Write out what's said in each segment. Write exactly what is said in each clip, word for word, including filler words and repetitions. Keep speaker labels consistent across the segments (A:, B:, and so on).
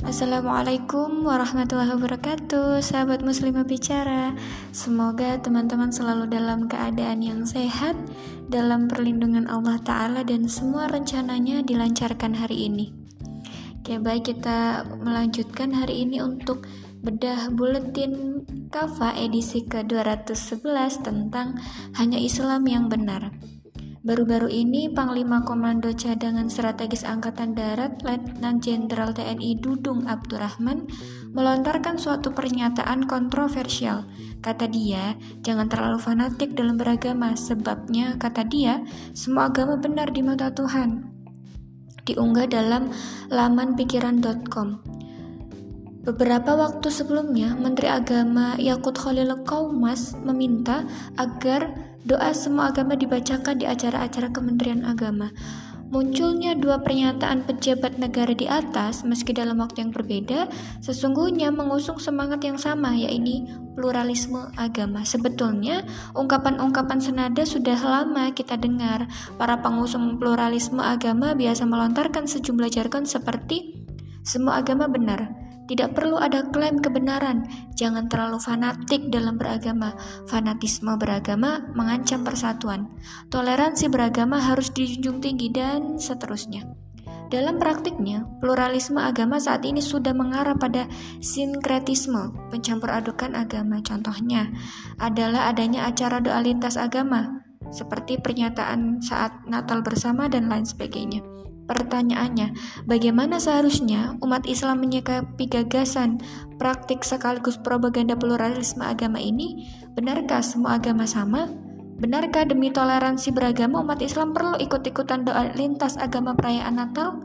A: Assalamualaikum warahmatullahi wabarakatuh, sahabat muslimah bicara. Semoga teman-teman selalu dalam keadaan yang sehat, dalam perlindungan Allah Ta'ala, dan semua rencananya dilancarkan hari ini. Oke, baik, kita melanjutkan hari ini untuk bedah buletin Kafa edisi ke dua ratus sebelas tentang hanya Islam yang benar. Baru-baru ini, Panglima Komando Cadangan Strategis Angkatan Darat, Letnan Jenderal T N I Dudung Abdurrahman, melontarkan suatu pernyataan kontroversial. Kata dia, jangan terlalu fanatik dalam beragama, sebabnya, kata dia, semua agama benar di mata Tuhan. Diunggah dalam laman pikiran dot com. Beberapa waktu sebelumnya, Menteri Agama Yakut Khalil Qaumas meminta agar doa semua agama dibacakan di acara-acara Kementerian Agama. Munculnya dua pernyataan pejabat negara di atas, meski dalam waktu yang berbeda, sesungguhnya mengusung semangat yang sama, yaitu pluralisme agama. Sebetulnya, ungkapan-ungkapan senada sudah lama kita dengar. Para pengusung pluralisme agama biasa melontarkan sejumlah jargon seperti semua agama benar. Tidak perlu ada klaim kebenaran, jangan terlalu fanatik dalam beragama. Fanatisme beragama mengancam persatuan. Toleransi beragama harus dijunjung tinggi, dan seterusnya. Dalam praktiknya, pluralisme agama saat ini sudah mengarah pada sinkretisme, pencampur adukan agama. Contohnya adalah adanya acara doa lintas agama, seperti pernyataan saat Natal bersama dan lain sebagainya. Pertanyaannya, bagaimana seharusnya umat Islam menyikapi gagasan, praktik sekaligus propaganda pluralisme agama ini? Benarkah semua agama sama? Benarkah demi toleransi beragama umat Islam perlu ikut-ikutan doa lintas agama perayaan Natal?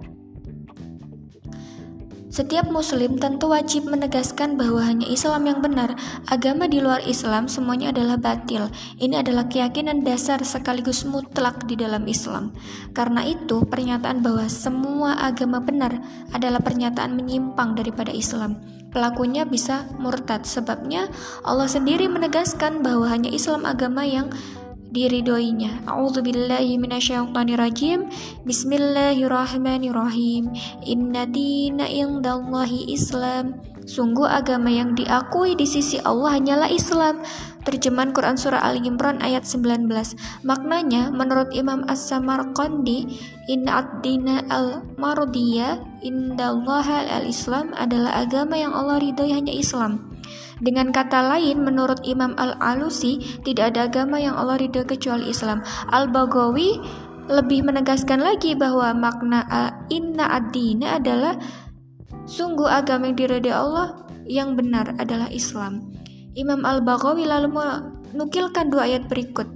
A: Setiap muslim tentu wajib menegaskan bahwa hanya Islam yang benar. Agama di luar Islam semuanya adalah batil. Ini adalah keyakinan dasar sekaligus mutlak di dalam Islam. Karena itu, pernyataan bahwa semua agama benar adalah pernyataan menyimpang daripada Islam. Pelakunya bisa murtad. Sebabnya Allah sendiri menegaskan bahwa hanya Islam agama yang diridhoinya. A'udzubillahi minasyaitonirrajim. Bismillahirrahmanirrahim. Inna dina indallahi Islam. Sungguh agama yang diakui di sisi Allah hanyalah Islam. Terjemahan Quran Surah Ali Imran ayat sembilan belas. Maknanya, menurut Imam As-Samarqandi, Inna ad-dina al-mardiyah indallaha al-Islam adalah agama yang Allah ridhoi hanya Islam. Dengan kata lain, menurut Imam Al-Alusi, tidak ada agama yang Allah ridha kecuali Islam. Al-Baghawi lebih menegaskan lagi bahwa makna inna ad-dina adalah sungguh agama yang diridhai Allah yang benar adalah Islam. Imam Al-Baghawi lalu menukilkan dua ayat berikut.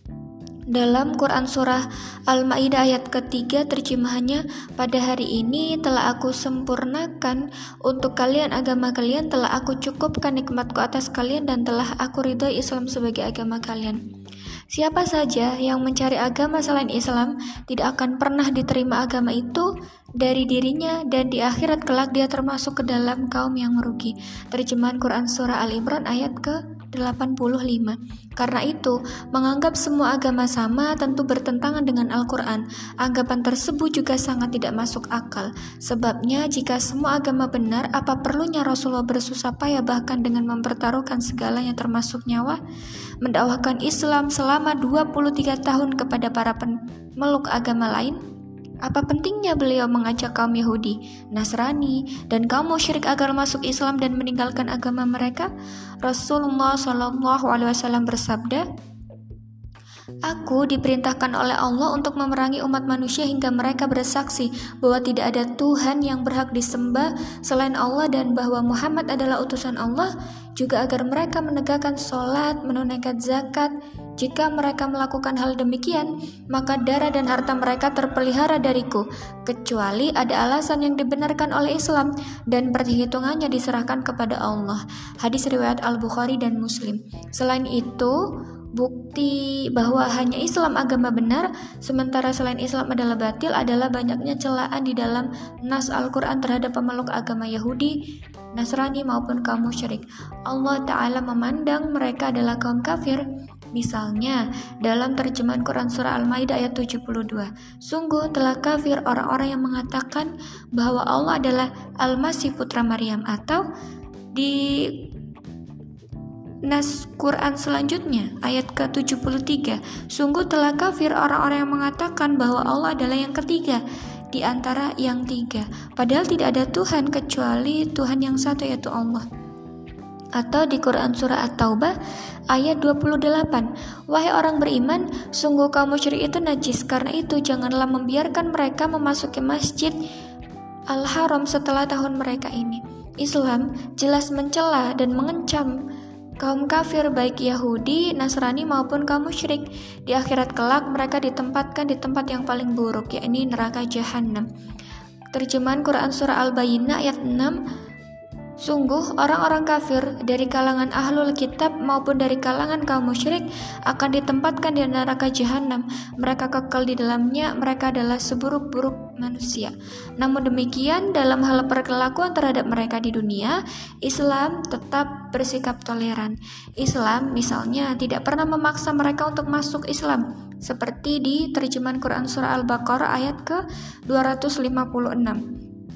A: Dalam Quran Surah Al-Ma'idah ayat ketiga, terjemahannya, pada hari ini telah aku sempurnakan untuk kalian agama kalian, telah aku cukupkan nikmatku atas kalian, dan telah aku ridhoi Islam sebagai agama kalian. Siapa saja yang mencari agama selain Islam tidak akan pernah diterima agama itu dari dirinya, dan di akhirat kelak dia termasuk ke dalam kaum yang merugi. Terjemahan Quran Surah Al-Imran ayat ke delapan puluh lima. Karena itu, menganggap semua agama sama tentu bertentangan dengan Al-Quran. Anggapan tersebut juga sangat tidak masuk akal. Sebabnya, jika semua agama benar, apa perlunya Rasulullah bersusah payah bahkan dengan mempertaruhkan segalanya termasuk nyawa? Mendakwahkan Islam selama dua puluh tiga tahun kepada para pemeluk agama lain? Apa pentingnya beliau mengajak kaum Yahudi, Nasrani, dan kaum musyrik agar masuk Islam dan meninggalkan agama mereka? Rasulullah shallallahu alaihi wasallam bersabda, Aku diperintahkan oleh Allah untuk memerangi umat manusia hingga mereka bersaksi bahwa tidak ada Tuhan yang berhak disembah selain Allah dan bahwa Muhammad adalah utusan Allah, juga agar mereka menegakkan sholat, menunaikan zakat. Jika mereka melakukan hal demikian, maka darah dan harta mereka terpelihara dariku, kecuali ada alasan yang dibenarkan oleh Islam dan perhitungannya diserahkan kepada Allah. Hadis riwayat Al-Bukhari dan Muslim. Selain itu, bukti bahwa hanya Islam agama benar, sementara selain Islam adalah batil, adalah banyaknya celaan di dalam nas Al-Quran terhadap pemeluk agama Yahudi, Nasrani maupun kaum musyrik. Allah Ta'ala memandang mereka adalah kaum kafir Misalnya, dalam terjemahan Quran Surah Al-Maidah ayat tujuh puluh dua, sungguh telah kafir orang-orang yang mengatakan bahwa Allah adalah Al-Masih putra Maryam. Atau di nas Quran selanjutnya ayat ke tujuh puluh tiga, sungguh telah kafir orang-orang yang mengatakan bahwa Allah adalah yang ketiga di antara yang tiga, padahal tidak ada Tuhan kecuali Tuhan yang satu, yaitu Allah. Atau di Quran Surah At-Taubah ayat dua puluh delapan, wahai orang beriman, sungguh kaum musyrik itu najis, karena itu janganlah membiarkan mereka memasuki masjid Al-Haram setelah tahun mereka ini. Islam jelas mencela dan mengancam kaum kafir baik Yahudi, Nasrani maupun kaum musyrik. Di akhirat kelak mereka ditempatkan di tempat yang paling buruk, yakni neraka Jahannam. Terjemahan Quran Surah Al-Bayyinah ayat enam, sungguh orang-orang kafir dari kalangan ahlul kitab maupun dari kalangan kaum musyrik akan ditempatkan di neraka Jahannam. Mereka kekal di dalamnya, mereka adalah seburuk-buruk manusia. Namun demikian, dalam hal perlakuan terhadap mereka di dunia, Islam tetap bersikap toleran. Islam misalnya tidak pernah memaksa mereka untuk masuk Islam, seperti di terjemahan Quran Surah Al-Baqarah ayat ke dua ratus lima puluh enam.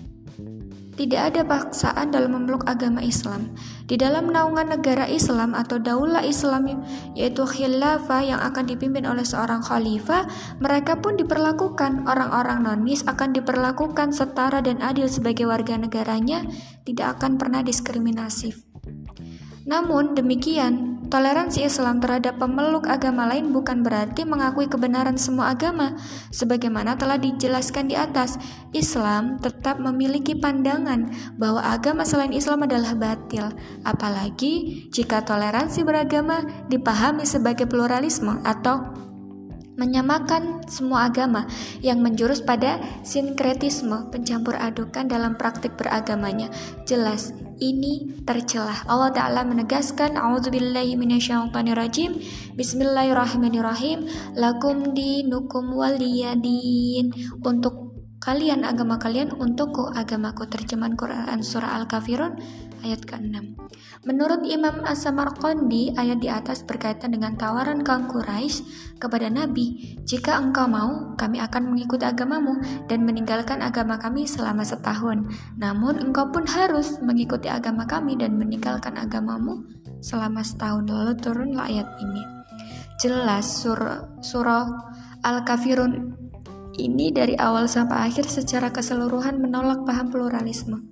A: Tidak ada paksaan dalam memeluk agama Islam. Di dalam naungan negara Islam atau daulah Islam, yaitu khilafah yang akan dipimpin oleh seorang khalifah, mereka pun diperlakukan, orang-orang nonis akan diperlakukan setara dan adil sebagai warga negaranya, tidak akan pernah diskriminasi. Namun demikian, toleransi Islam terhadap pemeluk agama lain bukan berarti mengakui kebenaran semua agama. Sebagaimana telah dijelaskan di atas, Islam tetap memiliki pandangan bahwa agama selain Islam adalah batil, apalagi jika toleransi beragama dipahami sebagai pluralisme atau menyamakan semua agama yang menjurus pada sinkretisme, pencampur adukan dalam praktik beragamanya. Jelas ini tercelah. Allah Ta'ala menegaskan, a'udzubillahi minasyaitonirrajim, bismillahirrahmanirrahim, lakum dinukum waliyadin, untuk kalian agama kalian, untukku agamaku. Terjemahan Quran Surah Al-Kafirun ayat keenam. Menurut Imam As-Samarqandi, ayat di atas berkaitan dengan tawaran kaum Quraisy kepada Nabi, jika engkau mau, kami akan mengikuti agamamu dan meninggalkan agama kami selama setahun. Namun engkau pun harus mengikuti agama kami dan meninggalkan agamamu selama setahun. Lalu turunlah ayat ini. Jelas surah, surah Al-Kafirun ini dari awal sampai akhir secara keseluruhan menolak paham pluralisme.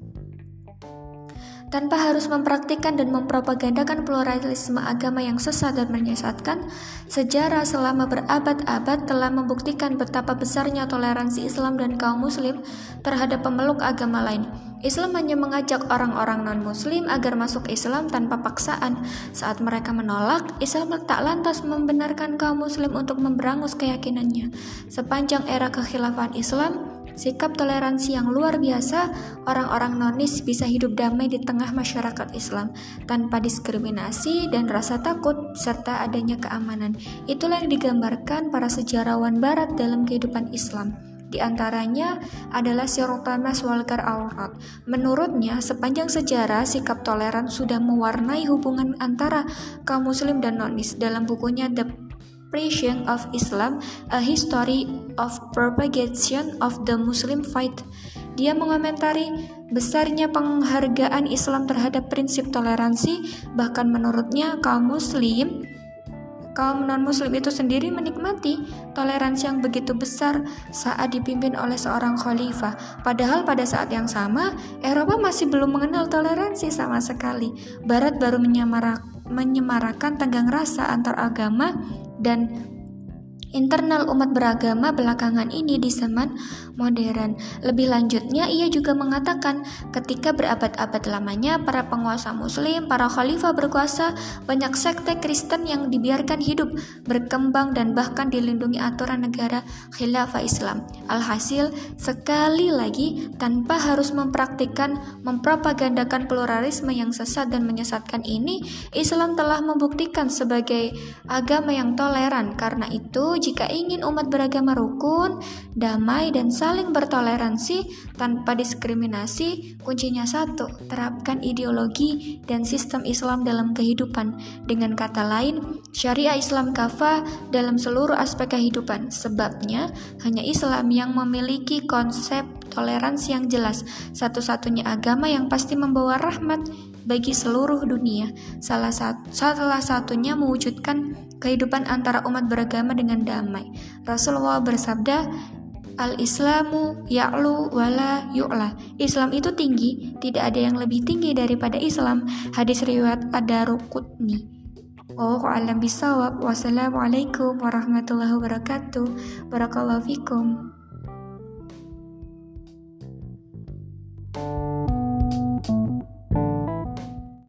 A: Tanpa harus mempraktikkan dan mempropagandakan pluralisme agama yang sesat dan menyesatkan, sejarah selama berabad-abad telah membuktikan betapa besarnya toleransi Islam dan kaum muslim terhadap pemeluk agama lain. Islam hanya mengajak orang-orang non-muslim agar masuk Islam tanpa paksaan. Saat mereka menolak, Islam tak lantas membenarkan kaum muslim untuk memberangus keyakinannya. Sepanjang era kekhilafahan Islam, sikap toleransi yang luar biasa, orang-orang nonis bisa hidup damai di tengah masyarakat Islam tanpa diskriminasi dan rasa takut serta adanya keamanan. Itulah yang digambarkan para sejarawan barat dalam kehidupan Islam. Di antaranya adalah Syekh Thomas Walker Allred. Menurutnya, sepanjang sejarah sikap toleran sudah mewarnai hubungan antara kaum muslim dan nonis. Dalam bukunya The Preaching of Islam, A History of Propagation of the Muslim Faith, dia mengomentari besarnya penghargaan Islam terhadap prinsip toleransi. Bahkan menurutnya kaum muslim Kaum non-muslim itu sendiri menikmati toleransi yang begitu besar saat dipimpin oleh seorang khalifah. Padahal pada saat yang sama, Eropa masih belum mengenal toleransi sama sekali. Barat baru menyemarak, menyemarakan tenggang rasa antar agama dan internal umat beragama belakangan ini di zaman modern. Lebih lanjutnya, ia juga mengatakan ketika berabad-abad lamanya para penguasa muslim, para khalifah berkuasa, banyak sekte Kristen yang dibiarkan hidup, berkembang dan bahkan dilindungi aturan negara khilafah Islam. Alhasil, sekali lagi, tanpa harus mempraktikkan, mempropagandakan pluralisme yang sesat dan menyesatkan ini, Islam telah membuktikan sebagai agama yang toleran. Karena itu, jika ingin umat beragama rukun, damai, dan saling bertoleransi tanpa diskriminasi, kuncinya satu, terapkan ideologi dan sistem Islam dalam kehidupan. Dengan kata lain, syariah Islam kafah dalam seluruh aspek kehidupan. Sebabnya, hanya Islam yang memiliki konsep toleransi yang jelas, satu-satunya agama yang pasti membawa rahmat bagi seluruh dunia. Salah, sat- salah satunya mewujudkan kehidupan antara umat beragama dengan damai. Rasulullah bersabda, Al-Islamu ya'lu wala yu'la. Islam itu tinggi, tidak ada yang lebih tinggi daripada Islam. Hadis riwayat Ad-Darqutni. Wallahu a'lam bishawab. Wassalamualaikum warahmatullahi wabarakatuh. Barakallahu fikum.